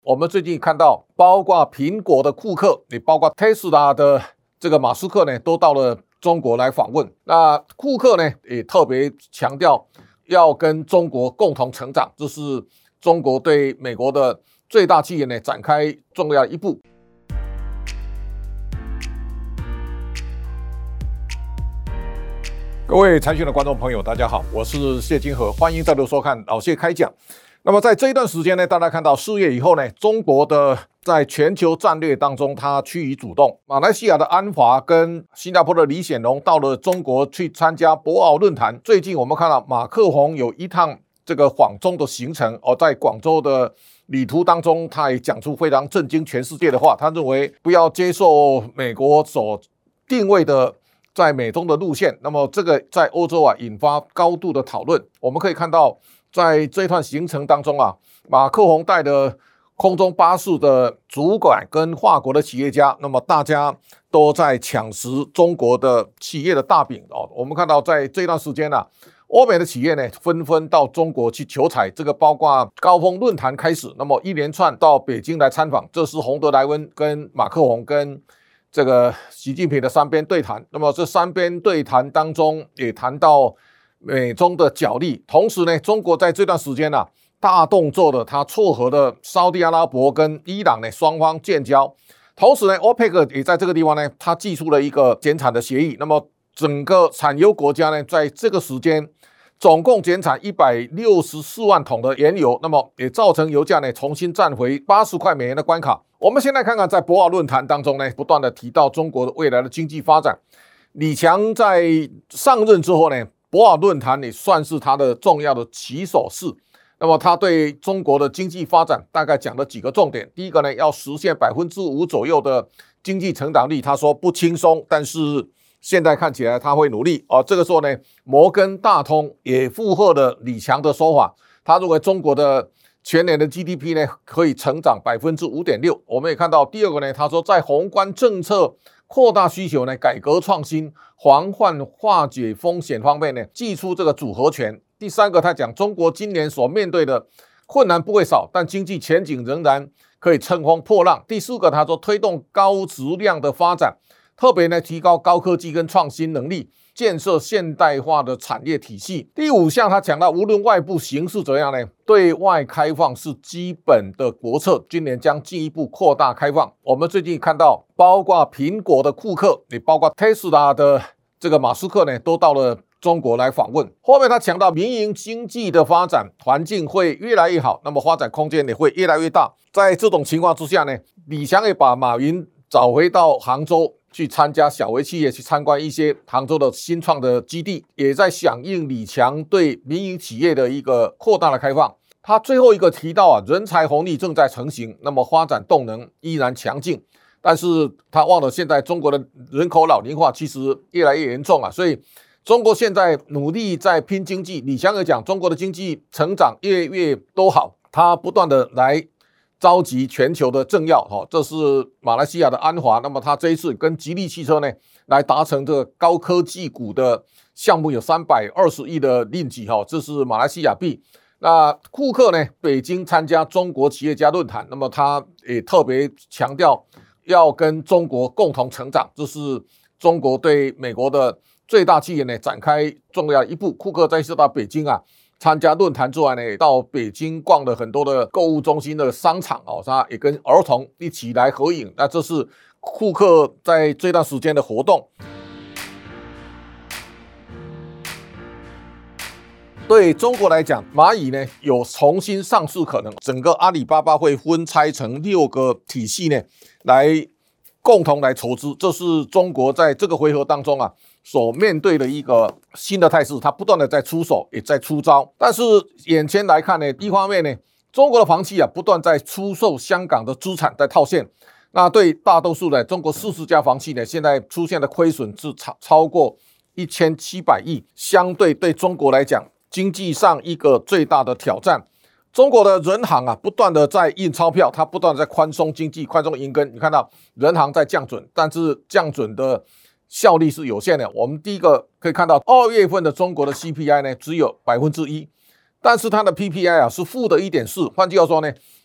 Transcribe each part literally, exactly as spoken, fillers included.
我们最近看到，包括苹果的库克，也包括 Tesla 的这个马斯克呢，都到了中国来访问。那库克呢，也特别强调要跟中国共同成长，这是中国对美国的最大企业呢展开重要的一步。各位财讯的观众朋友，大家好，我是谢金河，欢迎再度收看老谢开讲。那么在这一段时间呢，大家看到四月以后呢，中国的在全球战略当中，它趋于主动。马来西亚的安华跟新加坡的李显龙到了中国去参加博鳌论坛。最近我们看到马克宏有一趟这个访中的行程，而在广州的旅途当中，他也讲出非常震惊全世界的话。他认为不要接受美国所定位的在美中的路线。那么这个在欧洲啊引发高度的讨论。我们可以看到，在这一段行程当中啊，马克宏带的空中巴士的主管跟法国的企业家，那么大家都在抢食中国的企业的大饼哦。我们看到在这段时间啊，欧美的企业呢纷纷到中国去求财，这个包括高峰论坛开始，那么一连串到北京来参访，这是洪德莱恩跟马克宏跟这个习近平的三边对谈。那么这三边对谈当中也谈到美中的角力，同时呢，中国在这段时间啊，大动作的，它撮合了沙特阿拉伯跟伊朗呢双方建交，同时呢 ，O P E C 也在这个地方呢，它寄出了一个减产的协议。那么整个产油国家呢，在这个时间总共减产一百六十四万桶的原油，那么也造成油价呢重新站回八十块美元的关卡。我们先来看看在博鳌论坛当中呢，不断的提到中国的未来的经济发展。李强在上任之后呢，博鳌论坛也算是他的重要的起手式。那么他对中国的经济发展大概讲了几个重点。第一个呢，要实现百分之五左右的经济成长率，他说不轻松，但是现在看起来他会努力哦。这个时候呢，摩根大通也附和了李强的说法，他认为中国的全年的 G D P 呢可以成长 百分之五点六。 我们也看到第二个呢，他说在宏观政策扩大需求呢，改革创新、防范化解风险方面呢，祭出这个组合拳。第三个，他讲中国今年所面对的困难不会少，但经济前景仍然可以乘风破浪。第四个，他说推动高质量的发展，特别呢提高高科技跟创新能力，建设现代化的产业体系。第五项，他讲到无论外部形势怎样呢，对外开放是基本的国策，今年将进一步扩大开放。我们最近看到，包括苹果的库克，也包括 Tesla 的这个马斯克呢，都到了中国来访问。后面他强调民营经济的发展环境会越来越好，那么发展空间也会越来越大。在这种情况之下呢，李强也把马云找回到杭州去参加小微企业，去参观一些杭州的新创的基地，也在响应李强对民营企业的一个扩大的开放。他最后一个提到啊，人才红利正在成型，那么发展动能依然强劲，但是他忘了现在中国的人口老龄化其实越来越严重啊，所以中国现在努力在拼经济。李强也讲，中国的经济成长越来越都好，他不断的来召集全球的政要，这是马来西亚的安华。那么他这一次跟吉利汽车呢来达成这个高科技股的项目，有三百二十亿的令吉，这是马来西亚币。那库克呢，北京参加中国企业家论坛，那么他也特别强调要跟中国共同成长，这是中国对美国的最大企业呢展开重要的一步。库克这次到北京啊参加论坛之外呢，到北京逛了很多的购物中心的商场哦，他也跟儿童一起来合影。那这是库克在这段时间的活动。对中国来讲，蚂蚁呢有重新上市可能，整个阿里巴巴会分拆成六个体系呢来共同来筹资，这是中国在这个回合当中啊所面对的一个新的态势，它不断的在出手，也在出招。但是眼前来看呢，一方面呢，中国的房企啊不断在出售香港的资产，在套现。那对大多数的中国四十家房企呢，现在出现的亏损是超超过一千七百亿，相对对中国来讲，经济上一个最大的挑战。中国的人行啊，不断的在印钞票，它不断的在宽松经济、宽松银根。你看到人行在降准，但是降准的效力是有限的。我们第一个可以看到，二月份的中国的 C P I 呢只有 百分之一， 但是它的 P P I 啊是负的 一点四。换句话说呢，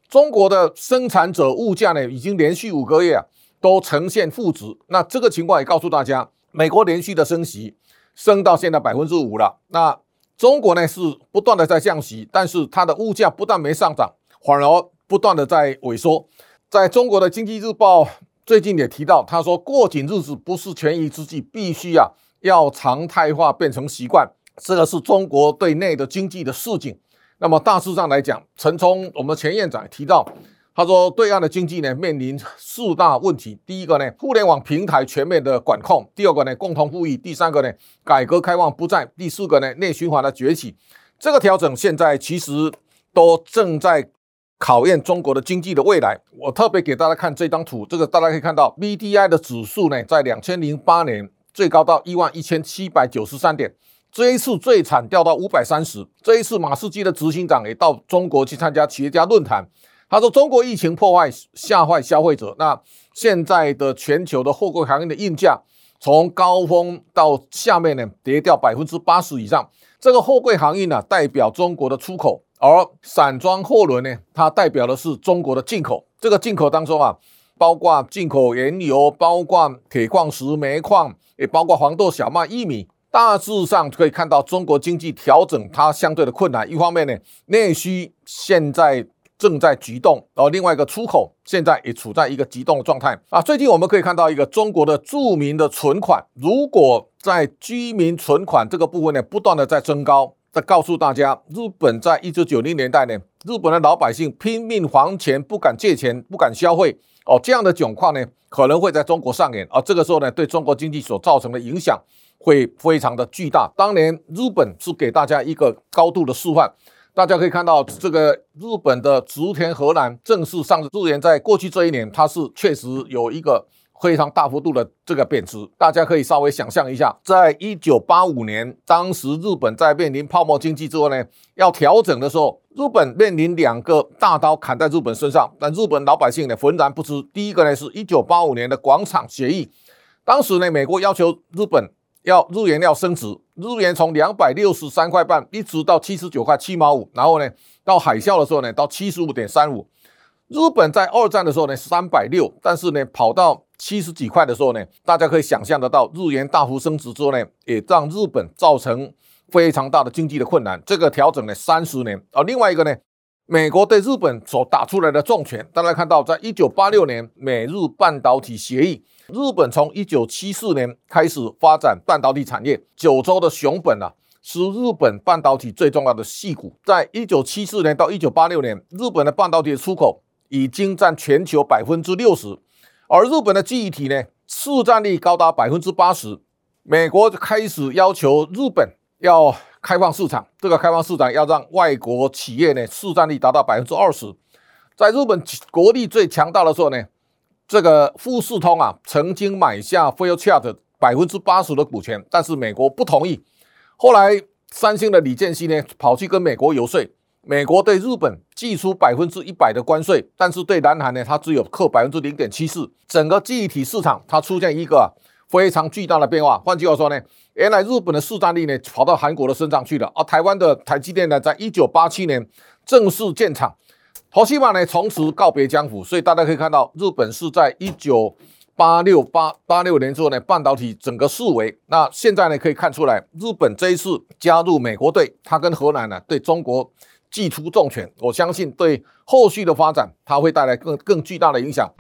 中国的生产者物价呢，已经连续五个月啊都呈现负值。那这个情况也告诉大家，美国连续的升息，升到现在百分之五了。那中国呢是不断的在降息，但是它的物价不但没上涨，反而不断的在萎缩。在中国的经济日报最近也提到，他说过紧日子不是权宜之计，必须啊要常态化变成习惯。这个是中国对内的经济的市井。那么大致上来讲，陈冲我们前院长提到，他说对岸的经济呢面临四大问题。第一个呢，互联网平台全面的管控；第二个呢，共同富裕；第三个呢，改革开放不在；第四个呢，内循环的崛起。这个调整现在其实都正在考验中国的经济的未来。我特别给大家看这张图，这个大家可以看到 B D I 的指数呢，在二零零八年最高到一万一千七百九十三点。这一次最惨掉到五百三十。这一次马士基的执行长也到中国去参加企业家论坛，他说中国疫情破坏吓坏消费者。那现在的全球的货柜行业的运价从高峰到下面呢跌掉 百分之八十 以上。这个货柜行业呢代表中国的出口，而散装货轮呢它代表的是中国的进口。这个进口当中啊，包括进口原油，包括铁矿石、煤矿，也包括黄豆、小麦、玉米。大致上可以看到中国经济调整它相对的困难。一方面呢，内需现在正在急动，而另外一个出口现在也处在一个急动的状态啊。最近我们可以看到一个中国的著名的存款，如果在居民存款这个部分呢不断的在增高，再告诉大家，日本在一九九零年代呢，日本的老百姓拼命还钱，不敢借钱，不敢消费哦，这样的窘况呢可能会在中国上演，而这个时候呢，对中国经济所造成的影响会非常的巨大。当年日本是给大家一个高度的示范，大家可以看到这个日本的植田和男正式上市，日元在过去这一年它是确实有一个非常大幅度的这个贬值。大家可以稍微想象一下，在一九八五年，当时日本在面临泡沫经济之后呢，要调整的时候，日本面临两个大刀砍在日本身上，但日本老百姓呢浑然不知。第一个呢是一九八五年的广场协议，当时呢美国要求日本要日元要升值，日元从两百六十三块半一直到七十九块七毛五，然后呢到海啸的时候呢到 七十五点三五。日本在二战的时候呢三百六十，但是呢跑到七十几块的时候呢，大家可以想象得到，日元大幅升值之后呢，也让日本造成非常大的经济的困难。这个调整呢三十年。而另外一个呢，美国对日本所打出来的重拳，大家看到在一九八六年美日半导体协议，日本从一九七四年开始发展半导体产业，九州的熊本啊是日本半导体最重要的矽谷。在一九七四年到一九八六年，日本的半导体的出口已经占全球 百分之六十， 而日本的记忆体呢市占率高达 百分之八十。 美国开始要求日本要开放市场，这个开放市场要让外国企业呢市占率达到 百分之二十。 在日本国力最强大的时候呢，这个富士通啊曾经买下 Fairchild 百分之八十 的股权，但是美国不同意。后来三星的李健熙呢跑去跟美国游说，美国对日本寄出 百分之百 的关税，但是对南韩呢它只有扣 百分之零点七四。 整个记忆体市场它出现一个、啊、非常巨大的变化。换句话说呢，原来日本的市占率呢跑到韩国的身上去了，而台湾的台积电呢在一九八七年正式建厂，东芝呢从此告别江湖。所以大家可以看到，日本是在一九八六年之后呢，半导体整个式微。那现在呢可以看出来，日本这一次加入美国队，它跟荷兰呢对中国祭出重拳，我相信对后续的发展它会带来更更巨大的影响。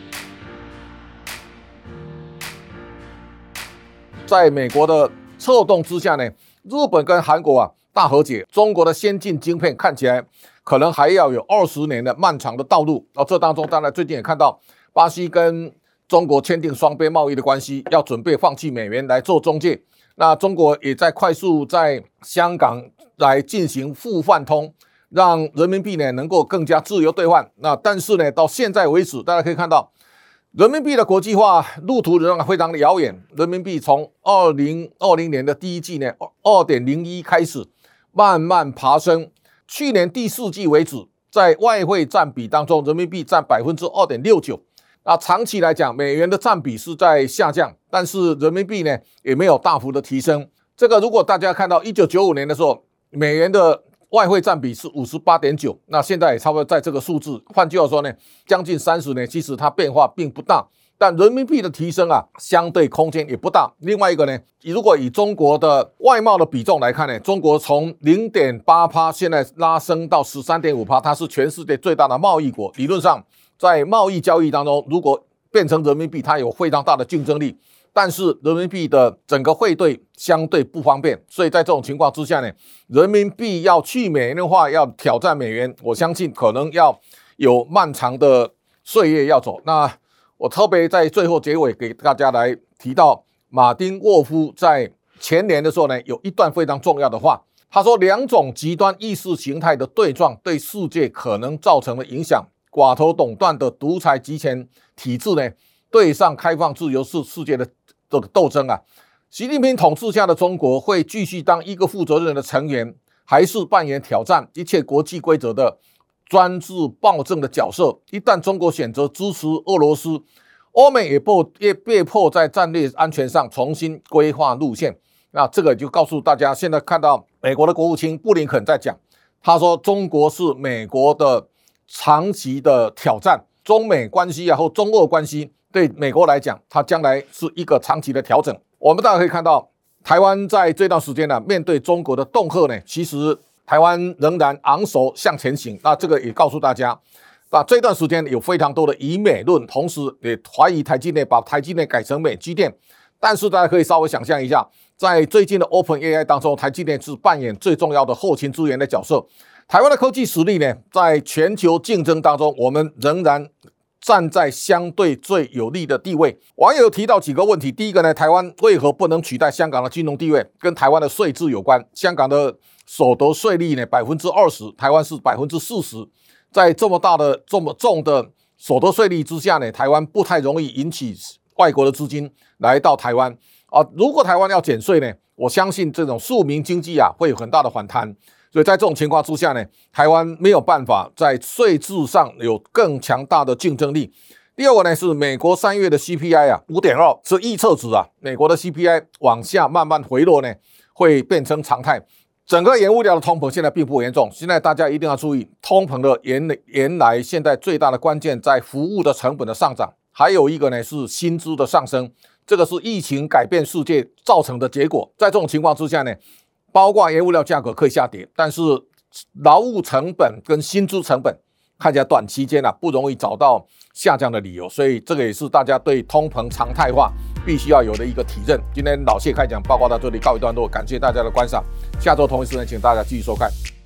在美国的策动之下呢，日本跟韩国啊大和解，中国的先进晶片看起来可能还要有二十年的漫长的道路。而这当中当然最近也看到巴西跟中国签订双边贸易的关系，要准备放弃美元来做中介。那中国也在快速在香港来进行互换通，让人民币呢能够更加自由兑换。那但是呢，到现在为止，大家可以看到，人民币的国际化路途仍然非常的遥远。人民币从二零二零年的第一季呢 二点零一 开始慢慢爬升，去年第四季为止，在外汇占比当中，人民币占 百分之二点六九。那长期来讲，美元的占比是在下降，但是人民币呢也没有大幅的提升。这个如果大家看到一九九五年的时候，美元的外汇占比是 五十八点九， 那现在也差不多在这个数字。换句话说呢，将近三十年，其实它变化并不大。但人民币的提升啊，相对空间也不大。另外一个呢，如果以中国的外贸的比重来看呢，中国从 零点八 现在拉升到 十三点五， 它是全世界最大的贸易国。理论上，在贸易交易当中，如果变成人民币，它有非常大的竞争力。但是人民币的整个汇兑相对不方便，所以在这种情况之下呢，人民币要去美元化，要挑战美元，我相信可能要有漫长的岁月要走。那我特别在最后结尾给大家来提到马丁沃夫在前年的时候呢，有一段非常重要的话，他说两种极端意识形态的对撞对世界可能造成的影响，寡头垄断的独裁集权体制呢，对上开放自由是世界的这个斗争啊。习近平统治下的中国会继续当一个负责任的成员，还是扮演挑战一切国际规则的专制暴政的角色？一旦中国选择支持俄罗斯，欧美也被也被迫在战略安全上重新规划路线。那这个就告诉大家，现在看到美国的国务卿布林肯在讲，他说中国是美国的长期的挑战，中美关系啊或中俄关系对美国来讲，它将来是一个长期的调整。我们大家可以看到，台湾在这段时间呢、啊，面对中国的恫吓呢，其实台湾仍然昂首向前行。那这个也告诉大家，那这段时间有非常多的以美论，同时也怀疑台积电把台积电改成美积电。但是大家可以稍微想象一下，在最近的 OpenAI 当中，台积电是扮演最重要的后勤资源的角色。台湾的科技实力呢，在全球竞争当中，我们仍然站在相对最有利的地位。网友提到几个问题，第一个呢，台湾为何不能取代香港的金融地位？跟台湾的税制有关。香港的所得税率呢 百分之二十， 台湾是 百分之四十。在这么大的这么重的所得税率之下呢，台湾不太容易引起外国的资金来到台湾啊。如果台湾要减税呢，我相信这种庶民经济啊会有很大的反弹。所以在这种情况之下呢，台湾没有办法在税制上有更强大的竞争力。第二个呢，是美国三月的 C P I 啊 五点二 是预测值啊，美国的 C P I 往下慢慢回落呢，会变成常态。整个原物料的通膨现在并不严重，现在大家一定要注意，通膨的原原来现在最大的关键在服务的成本的上涨，还有一个呢是薪资的上升，这个是疫情改变世界造成的结果。在这种情况之下呢，包括原物料价格可以下跌，但是劳务成本跟薪资成本看起来短期间啊不容易找到下降的理由，所以这个也是大家对通膨常态化必须要有的一个体认。今天老谢开讲报告到这里告一段落，感谢大家的观赏，下周同一时间请大家继续收看。